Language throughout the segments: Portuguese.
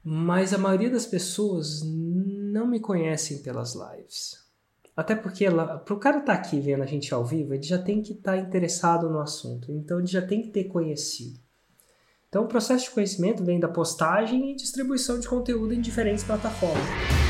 Mas a maioria das pessoas não me conhecem pelas lives. Até porque para o cara estar aqui vendo a gente ao vivo, ele já tem que estar interessado no assunto. Então ele já tem que ter conhecido. Então o processo de conhecimento vem da postagem e distribuição de conteúdo em diferentes plataformas.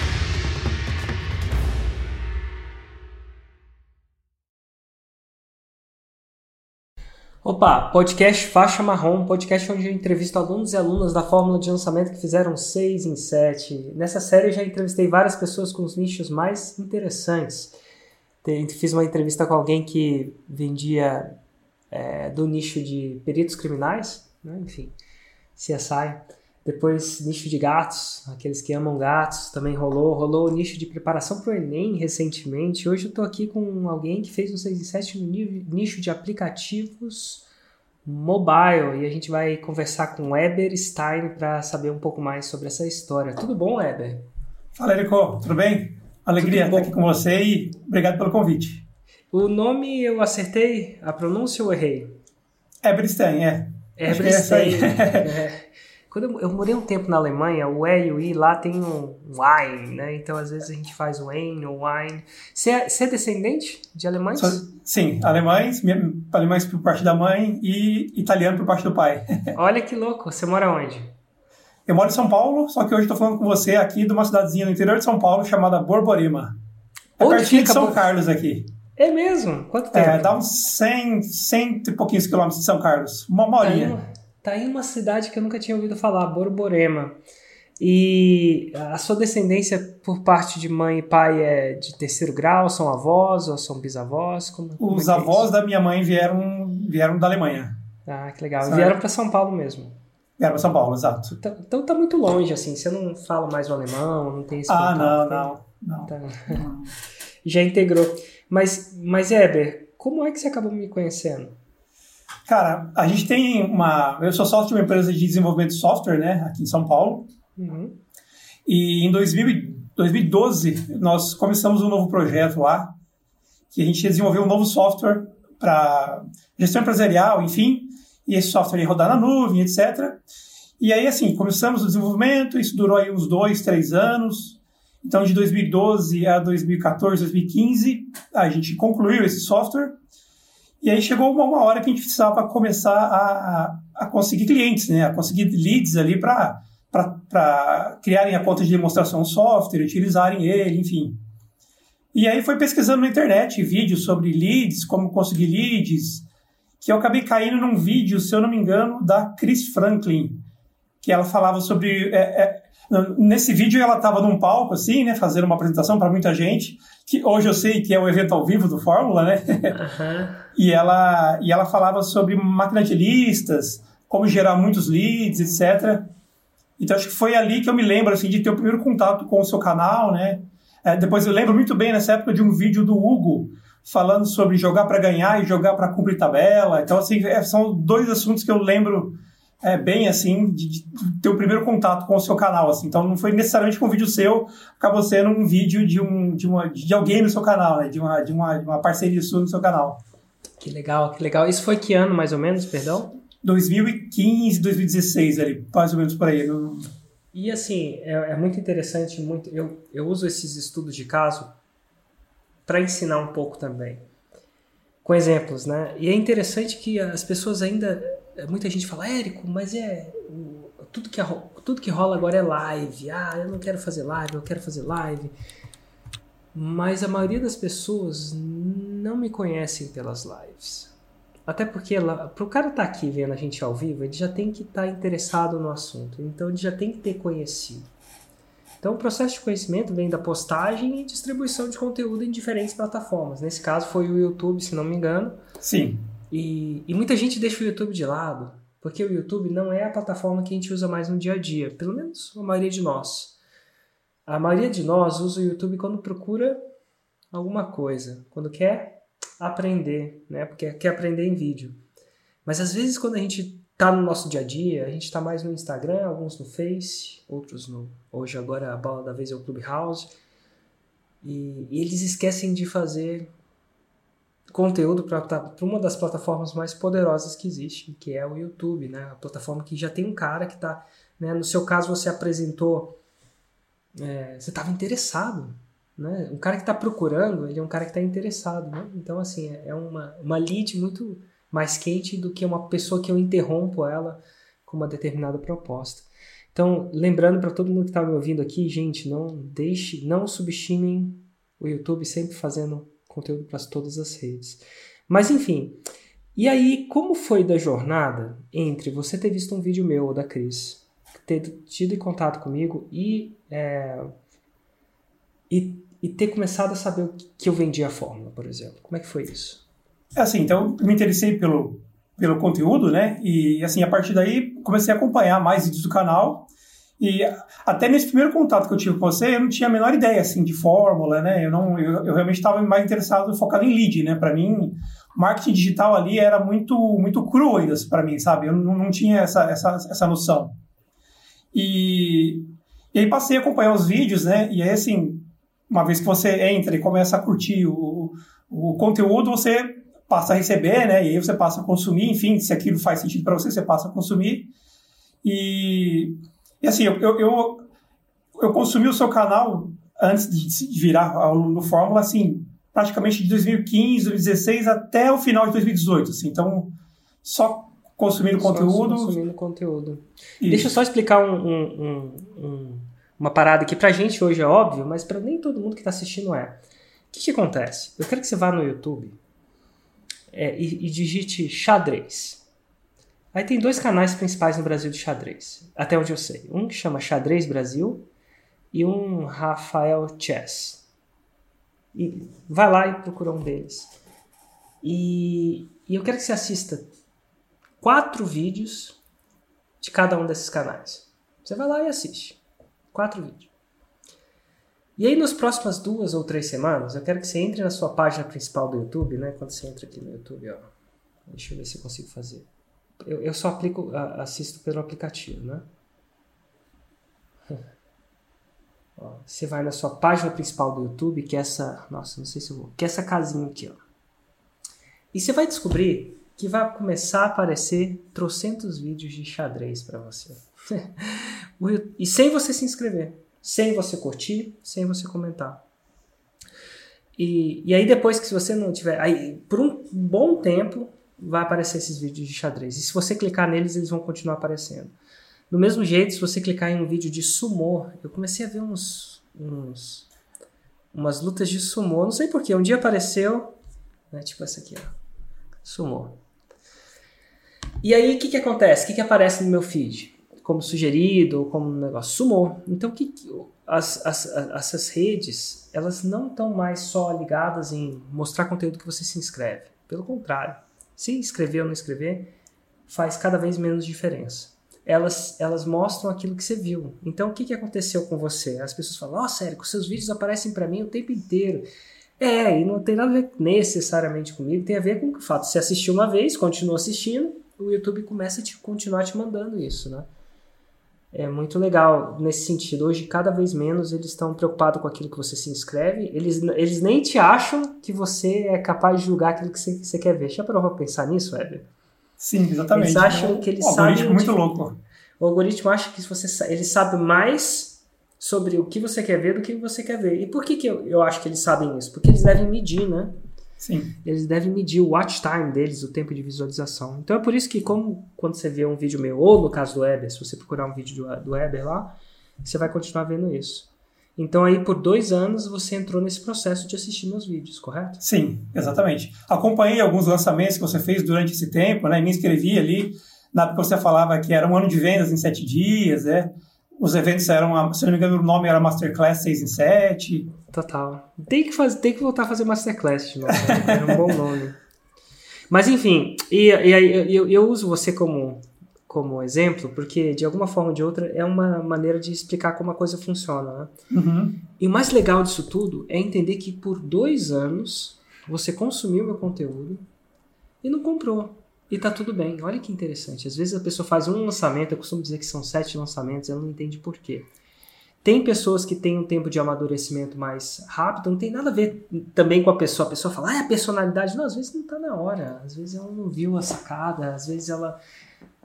Opa, podcast Faixa Marrom, podcast onde eu entrevisto alunos e alunas da fórmula de lançamento que fizeram 6 em 7. Nessa série eu já entrevistei várias pessoas com os nichos mais interessantes. Fiz uma entrevista com alguém que vendia do nicho de peritos criminais, né? Enfim, CSI. Depois nicho de gatos, aqueles que amam gatos, também rolou o nicho de preparação para o Enem recentemente. Hoje eu estou aqui com alguém que fez um 6 em 7 no nicho de aplicativos mobile e a gente vai conversar com o Eber Stein para saber um pouco mais sobre essa história. Tudo bom, Eber? Fala, Érico, tudo bem? Alegria estar aqui com você e obrigado pelo convite. O nome eu acertei? A pronúncia ou errei? Eber Stein, Eber Stein. Quando eu morei um tempo na Alemanha, o E e o I lá tem um Wein, né? Então, às vezes, a gente faz o Wein ou Wein. Você é descendente de alemães? Sim, alemães por parte da mãe e italiano por parte do pai. Olha que louco. Você mora onde? Eu moro em São Paulo, só que hoje estou falando com você aqui de uma cidadezinha no interior de São Paulo chamada Borborema. Pertinho de São Carlos aqui. É mesmo? Quanto tempo? Dá uns 100 e pouquinhos quilômetros de São Carlos. Uma horinha. Tá aí uma cidade que eu nunca tinha ouvido falar, Borborema. E a sua descendência por parte de mãe e pai é de terceiro grau? São avós ou são bisavós? Os avós da minha mãe vieram da Alemanha. Ah, que legal. Vieram para São Paulo mesmo. Vieram para São Paulo, exato. Então tá muito longe, assim. Você não fala mais o alemão, não tem esse contato? Não. Tá. Já integrou. Mas Eber, como é que você acabou me conhecendo? Cara, a gente tem eu sou sócio de uma empresa de desenvolvimento de software, né, aqui em São Paulo. Uhum. E em 2012, nós começamos um novo projeto lá, que a gente desenvolveu um novo software para gestão empresarial, enfim, e esse software ia rodar na nuvem, etc. E aí, assim, começamos o desenvolvimento, isso durou aí uns 2, 3 anos. Então, de 2012 a 2014, 2015, a gente concluiu esse software. E aí chegou uma hora que a gente precisava começar a conseguir clientes, né? A conseguir leads ali para criarem a conta de demonstração do software, utilizarem ele, enfim. E aí foi pesquisando na internet vídeos sobre leads, como conseguir leads, que eu acabei caindo num vídeo, se eu não me engano, da Chris Franklin, que ela falava sobre... Nesse vídeo ela estava num palco, assim, né, fazendo uma apresentação para muita gente, que hoje eu sei que é o evento ao vivo do Fórmula, né? Uhum. E ela falava sobre máquina de listas, como gerar muitos leads, etc. Então acho que foi ali que eu me lembro, assim, de ter o primeiro contato com o seu canal, né? Depois eu lembro muito bem, nessa época, de um vídeo do Hugo falando sobre jogar para ganhar e jogar para cumprir tabela. Então, assim, são dois assuntos que eu lembro bem, assim, de ter o primeiro contato com o seu canal, assim. Então, não foi necessariamente com um vídeo seu, acabou sendo um vídeo de alguém no seu canal, né? De uma parceria sua no seu canal. Que legal, que legal. Isso foi que ano, mais ou menos, perdão? 2015, 2016, ali, mais ou menos por aí. E, assim, é muito interessante, eu uso esses estudos de caso para ensinar um pouco também, com exemplos, né? E é interessante que as pessoas ainda... Muita gente fala, Érico, mas tudo que rola agora é live. Eu não quero fazer live, eu quero fazer live. Mas a maioria das pessoas não me conhecem pelas lives. Até porque para o cara estar aqui vendo a gente ao vivo, ele já tem que estar interessado no assunto. Então ele já tem que ter conhecido. Então o processo de conhecimento vem da postagem e distribuição de conteúdo em diferentes plataformas. Nesse caso foi o YouTube, se não me engano. Sim. E muita gente deixa o YouTube de lado, porque o YouTube não é a plataforma que a gente usa mais no dia a dia, pelo menos a maioria de nós. A maioria de nós usa o YouTube quando procura alguma coisa, quando quer aprender, né? Porque quer aprender em vídeo. Mas às vezes quando a gente está no nosso dia a dia, a gente está mais no Instagram, alguns no Face, outros no... Hoje agora a bola da vez é o Clubhouse. E eles esquecem de fazer conteúdo para uma das plataformas mais poderosas que existe, que é o YouTube, né? A plataforma que já tem um cara que está né? No seu caso, você apresentou, você estava interessado, né? Um cara que está procurando, ele é um cara que está interessado, né? Então, assim, é uma lead muito mais quente do que uma pessoa que eu interrompo ela com uma determinada proposta. Então, lembrando para todo mundo que está me ouvindo aqui, gente, não subestimem o YouTube sempre fazendo conteúdo para todas as redes. Mas, enfim, e aí, como foi da jornada entre você ter visto um vídeo meu ou da Cris, ter tido contato comigo e ter começado a saber o que eu vendia a fórmula, por exemplo? Como é que foi isso? Assim, então, eu me interessei pelo conteúdo, né? E, assim, a partir daí, comecei a acompanhar mais vídeos do canal. E até nesse primeiro contato que eu tive com você, eu não tinha a menor ideia, assim, de fórmula, né? Eu realmente estava mais interessado, focado em lead, né? Para mim, marketing digital ali era muito, muito cru ainda, para mim, sabe? Eu não tinha essa noção. E aí passei a acompanhar os vídeos, né? E aí, assim, uma vez que você entra e começa a curtir o conteúdo, você passa a receber, né? E aí você passa a consumir, enfim, se aquilo faz sentido para você, você passa a consumir. E assim, eu consumi o seu canal antes de virar aluno do Fórmula, assim, praticamente de 2015, 2016 até o final de 2018, assim. Então, só consumindo conteúdo. Consumindo conteúdo. Isso. Deixa eu só explicar uma parada que pra gente hoje é óbvio, mas pra nem todo mundo que tá assistindo é. O que acontece? Eu quero que você vá no YouTube e digite xadrez. Aí tem 2 canais principais no Brasil de xadrez, até onde eu sei. Um que chama Xadrez Brasil e um Rafael Chess. E vai lá e procura um deles. E eu quero que você assista 4 vídeos de cada um desses canais. Você vai lá e assiste. 4 vídeos. E aí, nas próximas 2 ou 3 semanas, eu quero que você entre na sua página principal do YouTube, né? Quando você entra aqui no YouTube, ó. Deixa eu ver se eu consigo fazer. Eu só assisto pelo aplicativo, né? Ó, você vai na sua página principal do YouTube, que é essa... Nossa, não sei se eu vou... Que é essa casinha aqui, ó. E você vai descobrir que vai começar a aparecer trocentos vídeos de xadrez para você. E sem você se inscrever. Sem você curtir, sem você comentar. E aí depois que se você não tiver... Aí, por um bom tempo, vai aparecer esses vídeos de xadrez. E se você clicar neles, eles vão continuar aparecendo. Do mesmo jeito, se você clicar em um vídeo de sumô, eu comecei a ver umas lutas de sumô. Não sei porquê. Um dia apareceu... Né, tipo essa aqui, ó. Sumô. E aí, o que acontece? O que aparece no meu feed? Como sugerido, como um negócio, sumô. Então, essas redes, elas não estão mais só ligadas em mostrar conteúdo que você se inscreve. Pelo contrário, se inscrever ou não inscrever, faz cada vez menos diferença. Elas mostram aquilo que você viu. Então, o que aconteceu com você? As pessoas falam, Sérico, seus vídeos aparecem para mim o tempo inteiro. E não tem nada a ver necessariamente comigo, tem a ver com o fato de você assistir uma vez, continua assistindo, o YouTube começa a continuar te mandando isso, né? É muito legal nesse sentido. Hoje, cada vez menos, eles estão preocupados com aquilo que você se inscreve. Eles nem te acham que você é capaz de julgar aquilo que você quer ver. Já parou pra pensar nisso, Weber? Sim, exatamente. Eles acham que eles sabem... O algoritmo é muito louco. O algoritmo acha que ele sabe mais sobre o que você quer ver do que você quer ver. E por que eu acho que eles sabem isso? Porque eles devem medir, né? Sim. Eles devem medir o watch time deles, o tempo de visualização. Então é por isso que quando você vê um vídeo meu, ou no caso do Weber, se você procurar um vídeo do Weber lá, você vai continuar vendo isso. Então aí por 2 anos você entrou nesse processo de assistir meus vídeos, correto? Sim, exatamente. Acompanhei alguns lançamentos que você fez durante esse tempo, né? Me inscrevi ali, na época você falava que era um ano de vendas em 7 dias, né? Os eventos eram, se não me engano, o nome era Masterclass 6 em 7. Total. Tem que voltar a fazer Masterclass de novo. Né? Era um bom nome. Mas enfim, e aí eu uso você como exemplo, porque de alguma forma ou de outra é uma maneira de explicar como a coisa funciona. Né? Uhum. E o mais legal disso tudo é entender que por 2 anos você consumiu meu conteúdo e não comprou. E tá tudo bem. Olha que interessante. Às vezes a pessoa faz um lançamento, eu costumo dizer que são 7 lançamentos, ela não entende por quê. Tem pessoas que têm um tempo de amadurecimento mais rápido, não tem nada a ver também com a pessoa. A pessoa fala, a personalidade. Não, às vezes não tá na hora. Às vezes ela não viu a sacada, às vezes ela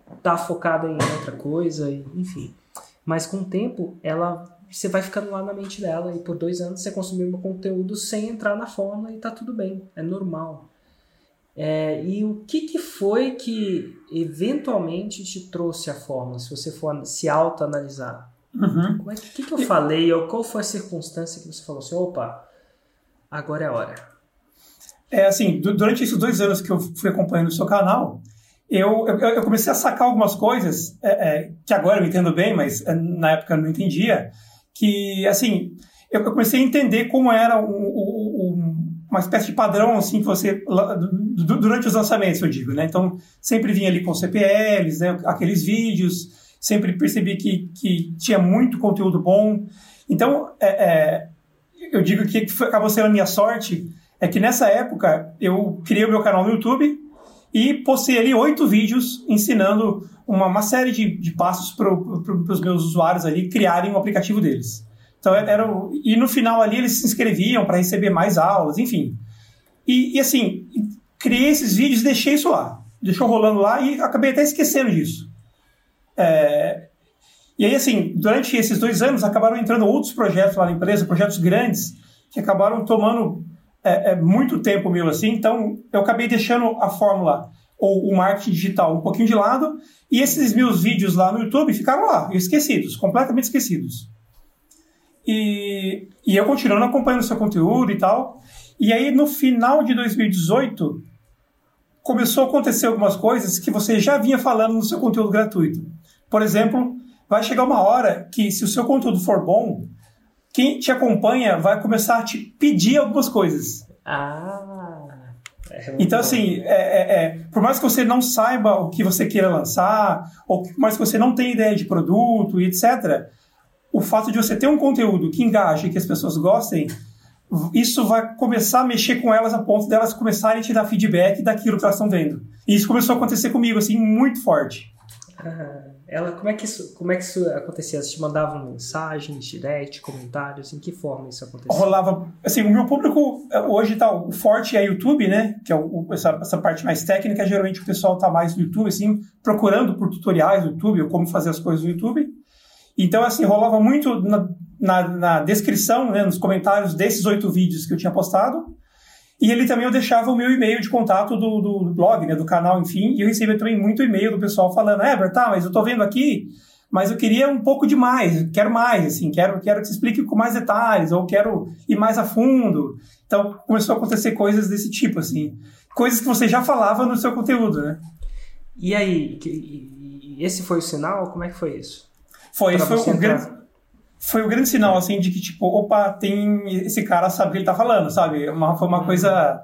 tá focada em outra coisa, enfim. Mas com o tempo, você vai ficando lá na mente dela e por 2 anos você consumiu meu conteúdo sem entrar na fórmula e tá tudo bem, é normal. E o que foi que eventualmente te trouxe a fórmula, se você for se autoanalisar? Uhum. O que eu falei, ou qual foi a circunstância que você falou assim, opa, agora é a hora? Assim, durante esses 2 anos que eu fui acompanhando o seu canal, eu comecei a sacar algumas coisas que agora eu entendo bem, mas na época eu não entendia, que, assim, eu comecei a entender como era uma espécie de padrão, assim, que você, durante os lançamentos, eu digo, né? Então, sempre vinha ali com CPLs, né? Aqueles vídeos, sempre percebi que tinha muito conteúdo bom. Então, eu digo que acabou sendo a minha sorte, é que nessa época eu criei o meu canal no YouTube e postei ali 8 vídeos ensinando uma série de passos para os meus usuários ali criarem o aplicativo deles. Então, e no final ali eles se inscreviam para receber mais aulas, enfim. E assim, criei esses vídeos e deixei isso lá. Deixou rolando lá e acabei até esquecendo disso. E aí, assim, durante esses 2 anos acabaram entrando outros projetos lá na empresa, projetos grandes, que acabaram tomando muito tempo meu, assim. Então, eu acabei deixando a fórmula ou o marketing digital um pouquinho de lado e esses meus vídeos lá no YouTube ficaram lá, esquecidos, completamente esquecidos. E eu continuando acompanhando o seu conteúdo e tal. E aí, no final de 2018, começou a acontecer algumas coisas que você já vinha falando no seu conteúdo gratuito. Por exemplo, vai chegar uma hora que, se o seu conteúdo for bom, quem te acompanha vai começar a te pedir algumas coisas. Então, assim, por mais que você não saiba o que você queira lançar, ou por mais que você não tenha ideia de produto e etc., o fato de você ter um conteúdo que engaje, que as pessoas gostem, isso vai começar a mexer com elas a ponto delas começarem a te dar feedback daquilo que elas estão vendo. E isso começou a acontecer comigo, assim, muito forte. Como é que isso acontecia? Você te mandavam mensagens, direct, comentários? Em que forma isso acontecia? Rolava, assim, o meu público hoje tá, o forte é YouTube, né? Que é essa parte mais técnica. Geralmente o pessoal tá mais no YouTube, assim, procurando por tutoriais no YouTube, ou como fazer as coisas no YouTube. Então, assim, rolava muito na descrição, né, nos comentários desses 8 vídeos que eu tinha postado. E ele também eu deixava o meu e-mail de contato do blog, né, do canal, enfim. E eu recebia também muito e-mail do pessoal falando, mas eu tô vendo aqui, mas eu queria um pouco de mais, quero mais, assim, quero que você explique com mais detalhes, ou quero ir mais a fundo. Então, começou a acontecer coisas desse tipo, assim. Coisas que você já falava no seu conteúdo, né? E aí, esse foi o sinal? Como é que foi isso? Foi o grande sinal, assim, de que, tipo, opa, esse cara sabe o que ele tá falando, sabe? Foi uma coisa...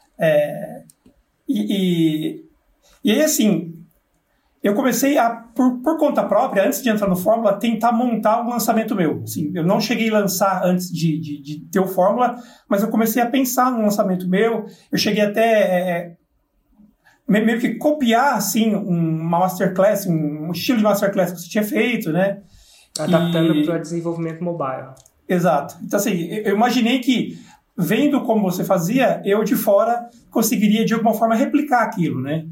E aí, assim, eu comecei a, por conta própria, antes de entrar no Fórmula, tentar montar um lançamento meu. Assim, eu não cheguei a lançar antes de ter o Fórmula, mas eu comecei a pensar no lançamento meu. Eu cheguei até... meio que copiar, assim, uma masterclass, um estilo de masterclass que você tinha feito, né? Adaptando para desenvolvimento mobile. Exato. Então, assim, eu imaginei que, vendo como você fazia, eu de fora conseguiria, de alguma forma, replicar aquilo, né?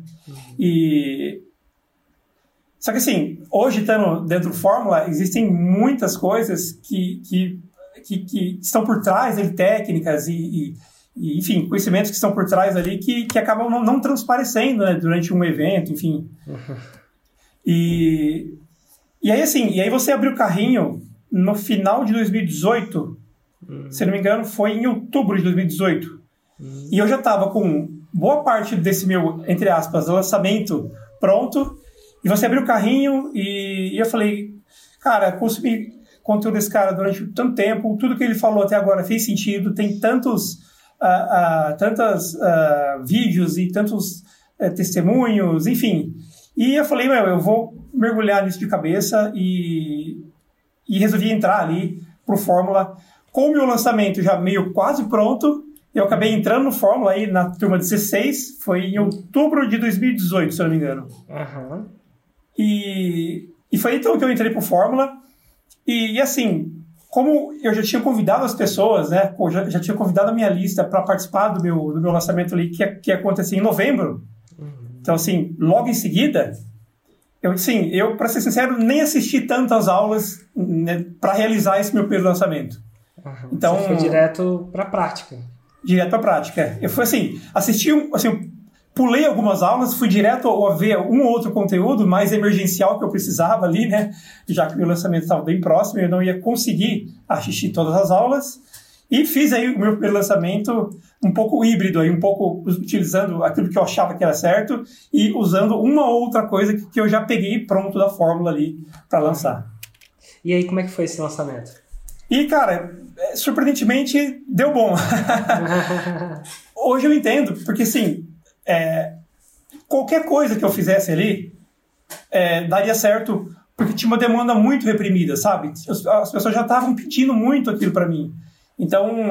Só que, assim, hoje, estando dentro do Fórmula, existem muitas coisas que estão por trás, técnicas e, enfim, conhecimentos que estão por trás ali que acabam não transparecendo, né, durante um evento, enfim. E aí, assim, você abriu o carrinho no final de 2018, se não me engano, foi em outubro de 2018. E eu já estava com boa parte desse meu, entre aspas, lançamento pronto, e você abriu o carrinho e eu falei, cara, consumi conteúdo desse cara durante tanto tempo, tudo que ele falou até agora fez sentido, tem tantos vídeos e tantos testemunhos, enfim. E eu falei, eu vou mergulhar nisso de cabeça e resolvi entrar ali pro Fórmula. Com o meu lançamento já meio quase pronto, eu acabei entrando no Fórmula aí na turma 16, foi em outubro de 2018, se eu não me engano. Uhum. E foi então que eu entrei pro Fórmula. E assim, como eu já tinha convidado as pessoas, né? Já tinha convidado a minha lista para participar do meu lançamento ali, que ia acontecer em novembro. Então, assim, logo em seguida, Eu, para ser sincero, nem assisti tantas aulas, né, para realizar esse meu primeiro lançamento. Então, você foi direto para a prática. Direto para a prática. Eu fui assim, pulei algumas aulas, fui direto a ver um ou outro conteúdo mais emergencial que eu precisava ali, né? Já que o meu lançamento estava bem próximo, eu não ia conseguir assistir todas as aulas. E fiz aí o meu primeiro lançamento um pouco híbrido, aí, um pouco utilizando aquilo que eu achava que era certo e usando uma ou outra coisa que eu já peguei pronto da fórmula ali para lançar. E aí, como é que foi esse lançamento? E, cara, surpreendentemente, deu bom. Hoje eu entendo, porque, assim, qualquer coisa que eu fizesse ali daria certo, porque tinha uma demanda muito reprimida, sabe? As pessoas já estavam pedindo muito aquilo para mim. Então,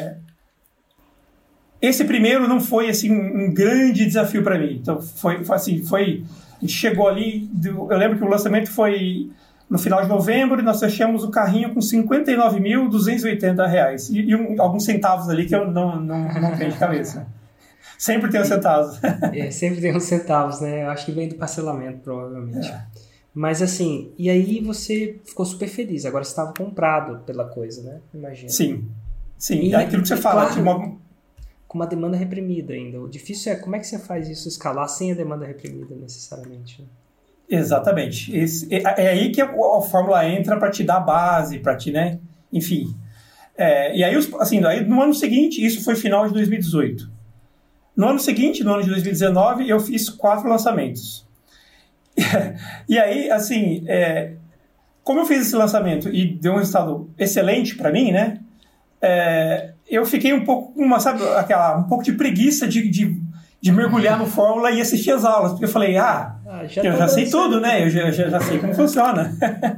esse primeiro não foi, assim, um grande desafio para mim. Então, a gente chegou ali, eu lembro que o lançamento foi no final de novembro e nós fechamos o carrinho com R$59.280 e alguns centavos ali que eu não tenho de cabeça. Sempre tem uns centavos. Sempre tem uns centavos, né? Eu acho que vem do parcelamento, provavelmente. Mas assim, e aí você ficou super feliz, agora você estava comprado pela coisa, né? Imagina. Sim. É aquilo que você fala. Claro, com uma demanda reprimida ainda. O difícil é como é que você faz isso escalar sem a demanda reprimida necessariamente, né? Exatamente. É aí que a fórmula entra para te dar base, para te, né? Enfim. E aí, assim, no ano seguinte, isso foi final de 2018. No ano seguinte, no ano de 2019, eu fiz 4 lançamentos. E aí, assim, como eu fiz esse lançamento e deu um resultado excelente para mim, né? Eu fiquei um pouco com um pouco de preguiça de mergulhar no Fórmula e assistir as aulas, porque eu falei, eu já sei tudo, né? Eu já sei como funciona.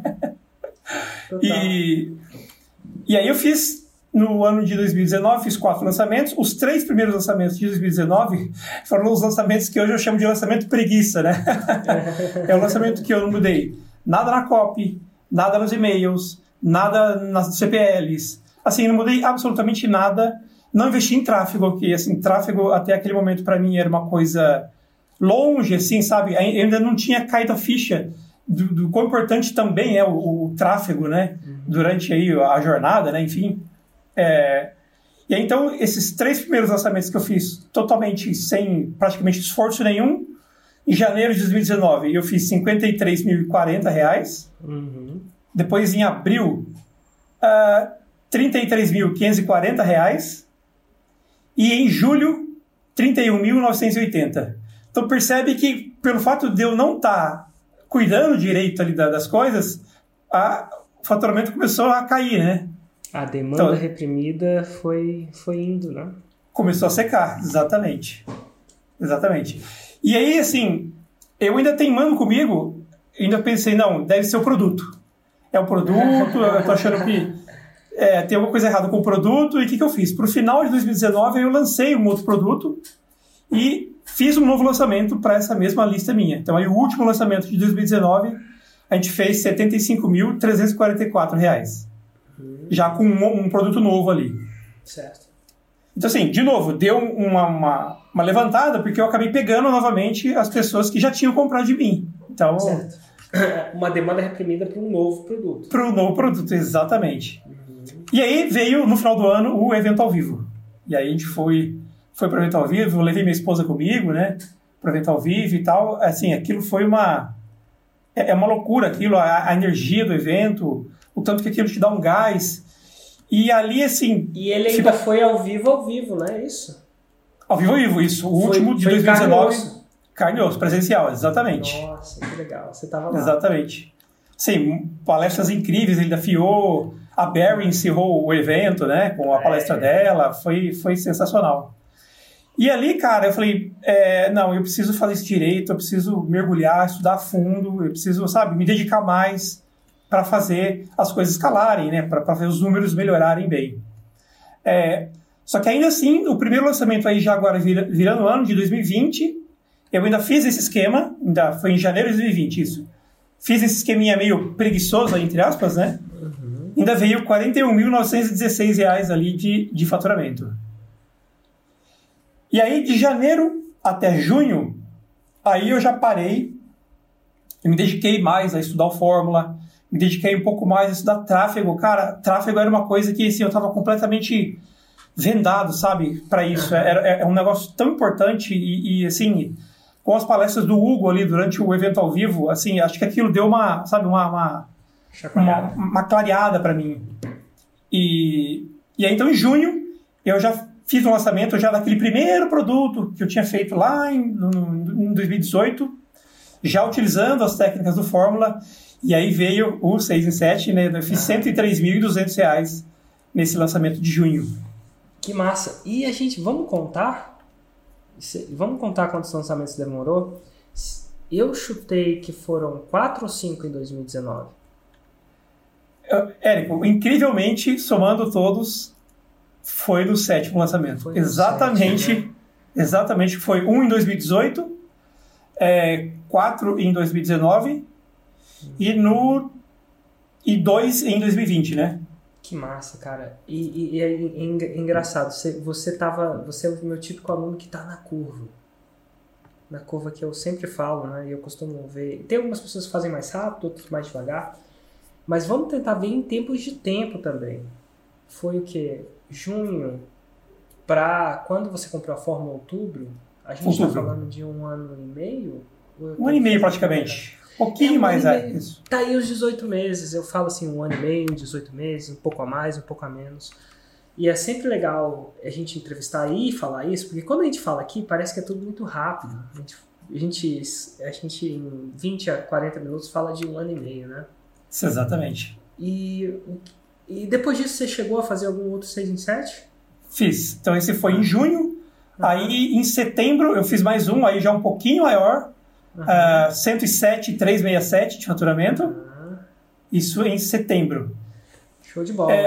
E aí eu fiz, no ano de 2019, fiz 4 lançamentos. Os 3 primeiros lançamentos de 2019 foram os lançamentos que hoje eu chamo de lançamento preguiça, né? É o lançamento que eu não mudei nada na copy, nada nos e-mails, nada nas CPLs. Assim, não mudei absolutamente nada. Não investi em tráfego, que assim, tráfego até aquele momento para mim era uma coisa longe, assim, sabe? Eu ainda não tinha caído a ficha do quão importante também é o tráfego, né? Durante aí a jornada, né? Enfim. E aí, então, esses 3 primeiros lançamentos que eu fiz totalmente sem praticamente esforço nenhum, em janeiro de 2019 eu fiz R$53.040. Depois, em abril, R$33.540. E em julho, R$31.980. Então percebe que pelo fato de eu não estar cuidando direito ali das coisas, o faturamento começou a cair, né? A demanda reprimida foi indo, né? Começou a secar, exatamente. E aí, assim, eu ainda teimando comigo, ainda pensei, não, deve ser o produto. É o produto, eu tô achando que tem alguma coisa errada com o produto, e o que eu fiz? Pro final de 2019, eu lancei um outro produto e fiz um novo lançamento para essa mesma lista minha. Então, aí o último lançamento de 2019, a gente fez R$75.344. Já com um produto novo ali. Certo. Então, assim, de novo, deu uma levantada, porque eu acabei pegando novamente as pessoas que já tinham comprado de mim. Então, certo. Uma demanda reprimida para um novo produto. Para um novo produto, exatamente. E aí veio, no final do ano, o evento ao vivo. E aí a gente foi para o evento ao vivo, eu levei minha esposa comigo, né? Para o evento ao vivo e tal. Assim, aquilo foi uma loucura, aquilo, a energia do evento, o tanto que aquilo te dá um gás. E ali, assim... E ele ainda foi ao vivo, né? Isso? Ao vivo, isso. O último de 2019... Carne e osso, presencial, exatamente. Nossa, que legal. Você estava lá. Exatamente. Sim, palestras incríveis, ele desafiou... A Barry encerrou o evento, né? Com a palestra dela. Foi sensacional. E ali, cara, eu falei... não, eu preciso fazer isso direito, eu preciso mergulhar, estudar a fundo, eu preciso, sabe, me dedicar mais para fazer as coisas escalarem, né? Para ver os números melhorarem bem. Só que ainda assim, o primeiro lançamento aí já agora virando o ano de 2020, eu ainda fiz esse esquema, ainda foi em janeiro de 2020 isso. Fiz esse esqueminha meio preguiçoso, entre aspas, né? Ainda veio R$ 41.916 ali de faturamento. E aí, de janeiro até junho, aí eu já parei eu me dediquei mais a estudar o Fórmula, me dediquei um pouco mais a estudar tráfego. Cara, tráfego era uma coisa que assim, eu estava completamente vendado, sabe, para isso. É um negócio tão importante e assim, com as palestras do Hugo ali durante o evento ao vivo, assim, acho que aquilo deu uma clareada para mim. E aí, então, em junho, eu já fiz o lançamento já daquele primeiro produto que eu tinha feito lá em 2018, já utilizando as técnicas do Fórmula, e aí veio o 6 em 7, né? Eu fiz R$103.200 nesse lançamento de junho. Que massa! E a gente, vamos contar quantos lançamentos demorou? Eu chutei que foram 4 ou 5 em 2019. Érico, incrivelmente, somando todos, foi do 7º lançamento. Exatamente, 7, né? Exatamente, foi 1 em 2018, 4 em 2019 e 2 em 2020, né? Que massa, cara. E é engraçado, você é o meu típico aluno que tá na curva. Na curva que eu sempre falo, né? E eu costumo ver. Tem algumas pessoas que fazem mais rápido, outras mais devagar. Mas vamos tentar ver em tempos de tempo também. Foi o quê? Junho para quando você comprou a Fórmula outubro, a gente está falando de 1 ano e meio? 1 ano e meio praticamente. Um pouquinho mais, isso. Tá aí os 18 meses. Eu falo assim, 1 ano e meio, 18 meses, um pouco a mais, um pouco a menos. E é sempre legal a gente entrevistar aí e falar isso, porque quando a gente fala aqui, parece que é tudo muito rápido. A gente em 20 a 40 minutos fala de 1 ano e meio, né? Exatamente. E depois disso você chegou a fazer algum outro 6 em 7? Fiz. Então esse foi em junho. Aí em setembro eu fiz mais um, aí já um pouquinho maior. 107,367 de faturamento. Isso em setembro. Show de bola.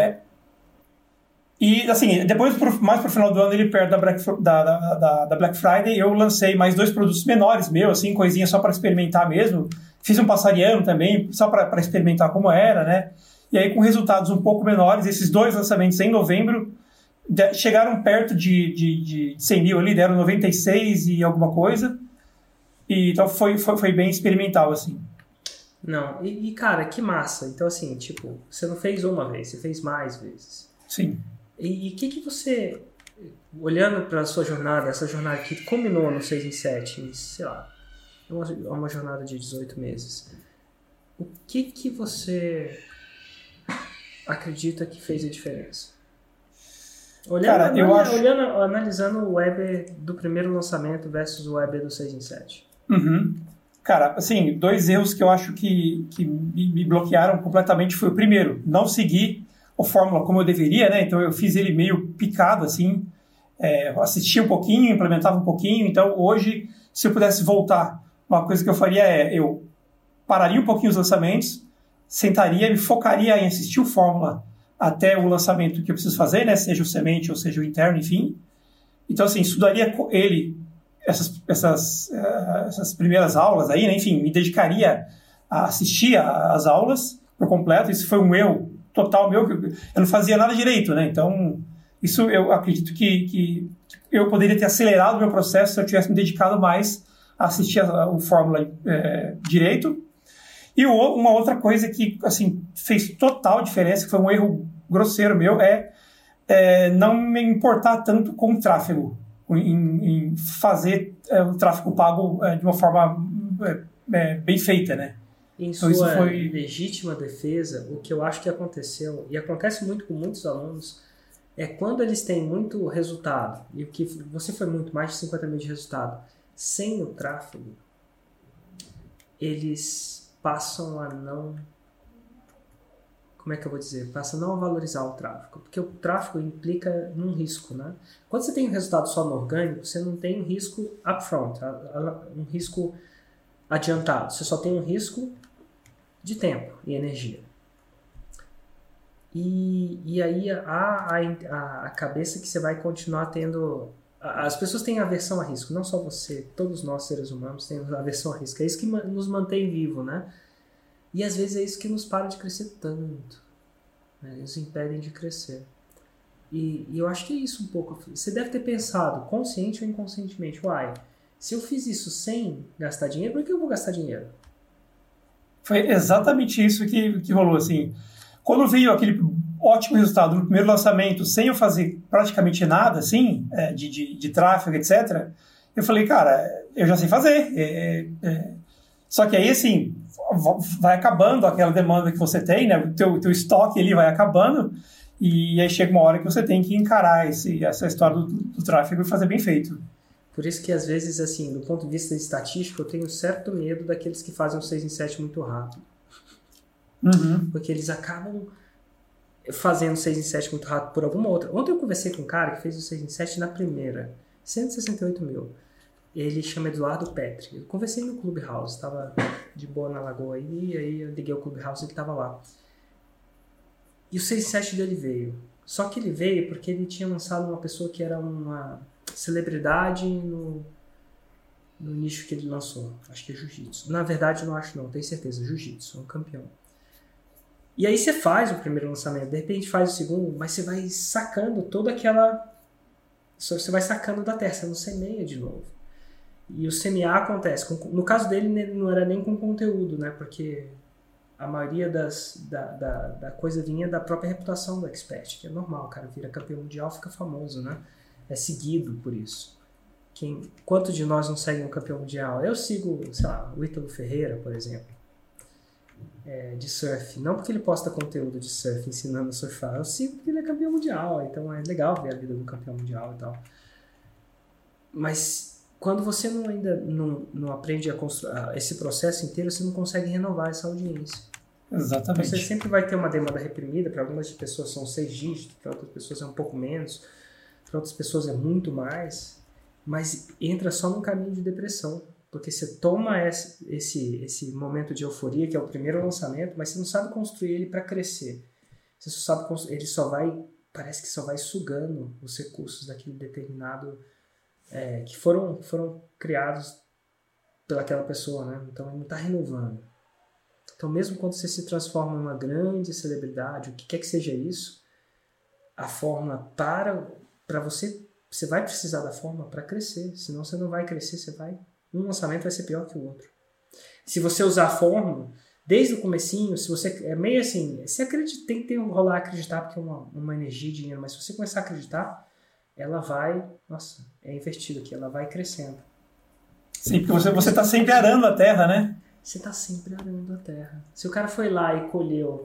E assim, depois, mais pro final do ano, ele perto da Black Friday, eu lancei mais 2 produtos menores meus, assim, coisinha só para experimentar mesmo. Fiz um passariano também, só para experimentar como era, né? E aí, com resultados um pouco menores, esses 2 lançamentos em novembro chegaram perto de 100 mil ali, deram 96 e alguma coisa. E, então, foi bem experimental, assim. Não, cara, que massa. Então, assim, tipo, você não fez uma vez, você fez mais vezes. Sim. E o que você, olhando para a sua jornada, essa jornada que culminou no 6 em 7, sei lá, uma jornada de 18 meses, o que você acredita que fez a diferença? Analisando o Weber do primeiro lançamento versus o Weber do 6 em 7. Uhum. Cara, assim, 2 erros que eu acho que me bloquearam completamente foi o primeiro, não seguir o Fórmula como eu deveria, né? Então eu fiz ele meio picado, assim, assistia um pouquinho, implementava um pouquinho. Então hoje, se eu pudesse voltar, uma coisa que eu faria eu pararia um pouquinho os lançamentos, sentaria, me focaria em assistir o Fórmula até o lançamento que eu preciso fazer, né? Seja o semente ou seja o interno, enfim. Então, assim, estudaria ele essas primeiras aulas aí, né? Enfim, me dedicaria a assistir às aulas por completo. Isso foi um erro total meu, eu não fazia nada direito, né? Então, isso eu acredito que eu poderia ter acelerado o meu processo se eu tivesse me dedicado mais a assistir o Fórmula direito. E uma outra coisa que, assim, fez total diferença, que foi um erro grosseiro meu, não me importar tanto com o tráfego, em fazer o tráfego pago de uma forma bem feita, né? Em sua legítima defesa, o que eu acho que aconteceu, e acontece muito com muitos alunos, é quando eles têm muito resultado, e o que você foi muito mais de 50 mil de resultado, sem o tráfego, eles passam a não... Como é que eu vou dizer? Passam a não valorizar o tráfego, porque o tráfego implica num risco, né? Quando você tem um resultado só no orgânico, você não tem um risco upfront, um risco adiantado, você só tem um risco de tempo e energia. E aí a cabeça que você vai continuar tendo... As pessoas têm aversão a risco, não só você, todos nós seres humanos temos aversão a risco. É isso que nos mantém vivo, né? E às vezes é isso que nos para de crescer tanto, né? Nos impedem de crescer. E eu acho que é isso um pouco. Você deve ter pensado, consciente ou inconscientemente, se eu fiz isso sem gastar dinheiro, por que eu vou gastar dinheiro? Foi exatamente isso que rolou, assim. Quando veio aquele ótimo resultado no primeiro lançamento, sem eu fazer praticamente nada, assim, de tráfego, etc., eu falei, cara, eu já sei fazer. Só que aí, assim, vai acabando aquela demanda que você tem, né? O teu estoque ali vai acabando, e aí chega uma hora que você tem que encarar essa história do tráfego e fazer bem feito. Por isso que, às vezes, assim, do ponto de vista estatístico, eu tenho certo medo daqueles que fazem o 6 em 7 muito rápido. Uhum. Porque eles acabam fazendo 6 em 7 muito rápido por alguma outra. Ontem eu conversei com um cara que fez o 6 em 7 na primeira. 168 mil. Ele chama Eduardo Petri. Eu conversei no Clubhouse, estava de boa na lagoa aí eu liguei o Clubhouse e ele estava lá. E o 6 em 7 dele veio. Só que ele veio porque ele tinha lançado uma pessoa que era uma celebridade no nicho que ele lançou. Acho que é Jiu-Jitsu. Na verdade, não acho não, tenho certeza. Jiu-Jitsu, é um campeão. E aí você faz o primeiro lançamento, de repente faz o segundo, mas você vai sacando toda aquela... Você vai sacando da terra, você não semeia de novo. E o semear acontece. No caso dele, não era nem com conteúdo, né? Porque a maioria da coisa vinha da própria reputação do expert, que é normal, o cara vira campeão mundial, fica famoso, né? É seguido por isso. Quanto de nós não segue um campeão mundial? Eu sigo, sei lá, o Ítalo Ferreira, por exemplo, de surf. Não porque ele posta conteúdo de surf ensinando a surfar, eu sigo porque ele é campeão mundial, então é legal ver a vida do campeão mundial e tal. Mas quando você ainda não aprende a construir esse processo inteiro, você não consegue renovar essa audiência. Exatamente. Você sempre vai ter uma demanda reprimida. Para algumas pessoas são 6 dígitos, para outras pessoas é um pouco menos, para outras pessoas é muito mais, mas entra só num caminho de depressão, porque você toma esse momento de euforia, que é o primeiro lançamento, mas você não sabe construir ele para crescer. Você só sabe construir, ele só vai, parece que só vai sugando os recursos daquele determinado, que foram criados pelaquela pessoa, né? Então ele não está renovando. Então mesmo quando você se transforma em uma grande celebridade, o que quer que seja isso, a forma para você vai precisar da forma para crescer, senão você não vai crescer, um lançamento vai ser pior que o outro. Se você usar a fórmula desde o comecinho, se você é meio assim, você acredita, tem que rolar acreditar, porque é uma energia de dinheiro, mas se você começar a acreditar, ela vai, nossa, é invertido aqui, ela vai crescendo. Sim, porque você está sempre arando a terra, né? Você está sempre arando a terra. Se o cara foi lá e colheu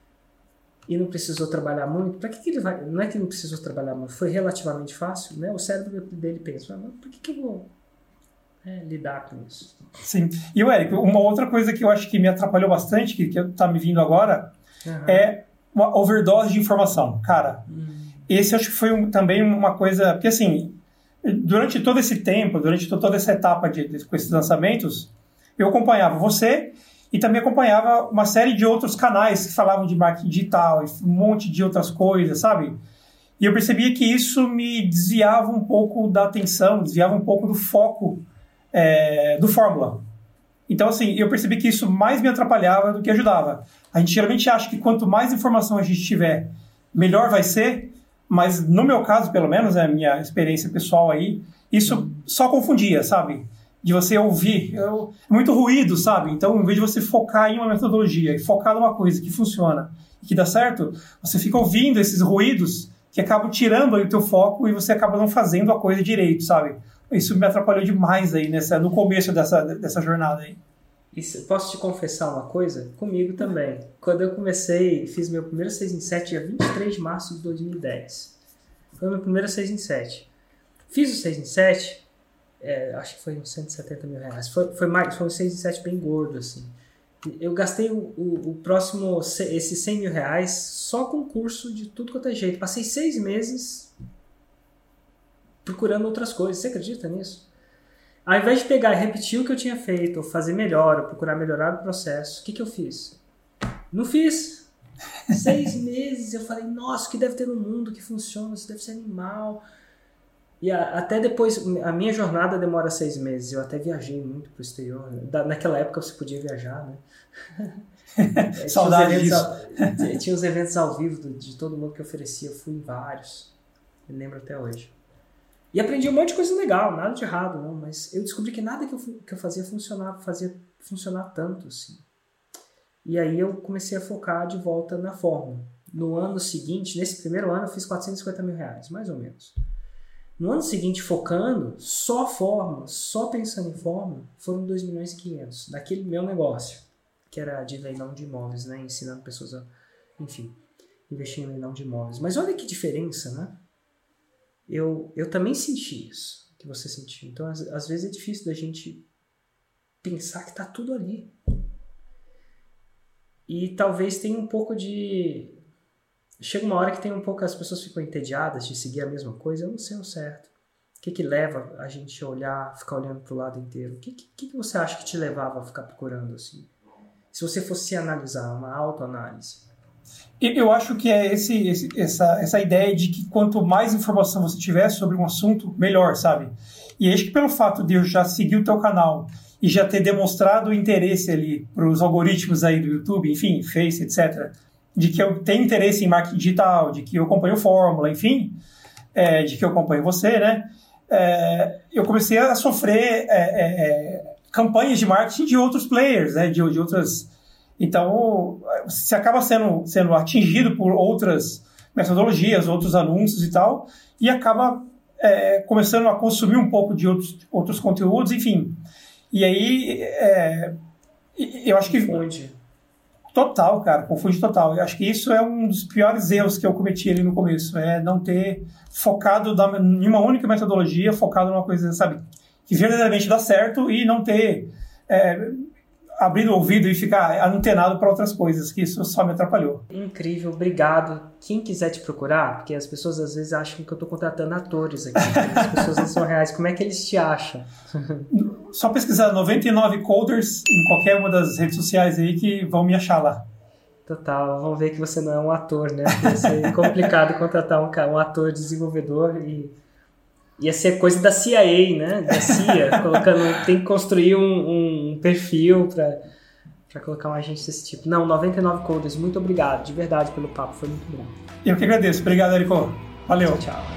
e não precisou trabalhar muito, para que ele vai? Não é que não precisou trabalhar muito, foi relativamente fácil, né? O cérebro dele pensa, mas por que eu vou lidar com isso? Sim. E o Érico, uma outra coisa que eu acho que me atrapalhou bastante, que tá me vindo agora, é uma overdose de informação. Cara, esse acho que foi também uma coisa... Porque assim, durante todo esse tempo, durante toda essa etapa com esses lançamentos, eu acompanhava você e também acompanhava uma série de outros canais que falavam de marketing digital e um monte de outras coisas, sabe? E eu percebia que isso me desviava um pouco da atenção, desviava um pouco do foco do Fórmula. Então, assim, eu percebi que isso mais me atrapalhava do que ajudava. A gente geralmente acha que quanto mais informação a gente tiver, melhor vai ser, mas no meu caso, pelo menos, a minha experiência pessoal aí, isso só confundia, sabe? De você ouvir, muito ruído, sabe? Então, em vez de você focar em uma metodologia e focar numa coisa que funciona e que dá certo, você fica ouvindo esses ruídos que acabam tirando aí o teu foco e você acaba não fazendo a coisa direito, sabe? Isso me atrapalhou demais aí no começo dessa jornada aí. Posso te confessar uma coisa? Comigo também. Quando eu fiz meu primeiro 6 em 7, dia 23 de março de 2010. Foi o meu primeiro 6 em 7. Fiz o 6 em 7, acho que foi uns 170 mil reais. Foi um 6 em 7 bem gordo, assim. Eu gastei o próximo, esses 100 mil reais só com curso de tudo quanto é jeito. Passei 6 meses procurando outras coisas. Você acredita nisso? Ao invés de pegar e repetir o que eu tinha feito, ou fazer melhor, ou procurar melhorar o processo, o que eu fiz? Não fiz. 6 meses eu falei, nossa, o que deve ter no mundo que funciona? Isso deve ser animal. E até depois, a minha jornada demora 6 meses. Eu até viajei muito pro exterior. Naquela época você podia viajar, né? Saudade disso. Tinha os eventos ao vivo de todo mundo que oferecia. Eu fui em vários. Me lembro até hoje. E aprendi um monte de coisa legal, nada de errado, não. Mas eu descobri que nada que eu fazia funcionar tanto, assim. E aí eu comecei a focar de volta na fórmula. No ano seguinte, nesse primeiro ano, eu fiz R$450 mil, mais ou menos. No ano seguinte, focando só fórmula, só pensando em fórmula, foram 2,5 milhões daquele meu negócio, que era de leilão de imóveis, né? Ensinando pessoas a, enfim, investir em leilão de imóveis. Mas olha que diferença, né? Eu também senti isso que você sentiu. Então, às vezes é difícil da gente pensar que tá tudo ali. E talvez tenha um pouco de... Chega uma hora que tem um pouco, as pessoas ficam entediadas de seguir a mesma coisa. Eu não sei o certo. O que leva a gente a olhar, ficar olhando pro lado inteiro? O que você acha que te levava a ficar procurando assim? Se você fosse analisar, uma autoanálise. Eu acho que é essa ideia de que quanto mais informação você tiver sobre um assunto, melhor, sabe? E acho que pelo fato de eu já seguir o teu canal e já ter demonstrado o interesse ali para os algoritmos aí do YouTube, enfim, Face, etc., de que eu tenho interesse em marketing digital, de que eu acompanho Fórmula, enfim, de que eu acompanho você, né? Eu comecei a sofrer campanhas de marketing de outros players, né? De outras... Então, você acaba sendo atingido por outras metodologias, outros anúncios e tal, e acaba começando a consumir um pouco de outros conteúdos, enfim. E aí, eu acho que... Confunde. Total, cara, confunde total. Eu acho que isso é um dos piores erros que eu cometi ali no começo, não ter focado em uma única metodologia, focado numa coisa, sabe, que verdadeiramente dá certo e não ter abrido o ouvido e ficar antenado para outras coisas, que isso só me atrapalhou. Incrível, obrigado. Quem quiser te procurar, porque as pessoas às vezes acham que eu estou contratando atores aqui, as pessoas não são reais, como é que eles te acham? Só pesquisar 99 Coders em qualquer uma das redes sociais aí que vão me achar lá. Total, vão ver que você não é um ator, né? Porque ia ser complicado contratar um ator desenvolvedor e ia ser coisa da CIA, né? Da CIA, tem que construir um perfil para colocar um agente desse tipo. Não, 99 Coders, muito obrigado, de verdade, pelo papo, foi muito bom. Eu que agradeço. Obrigado, Érico. Valeu. Tchau.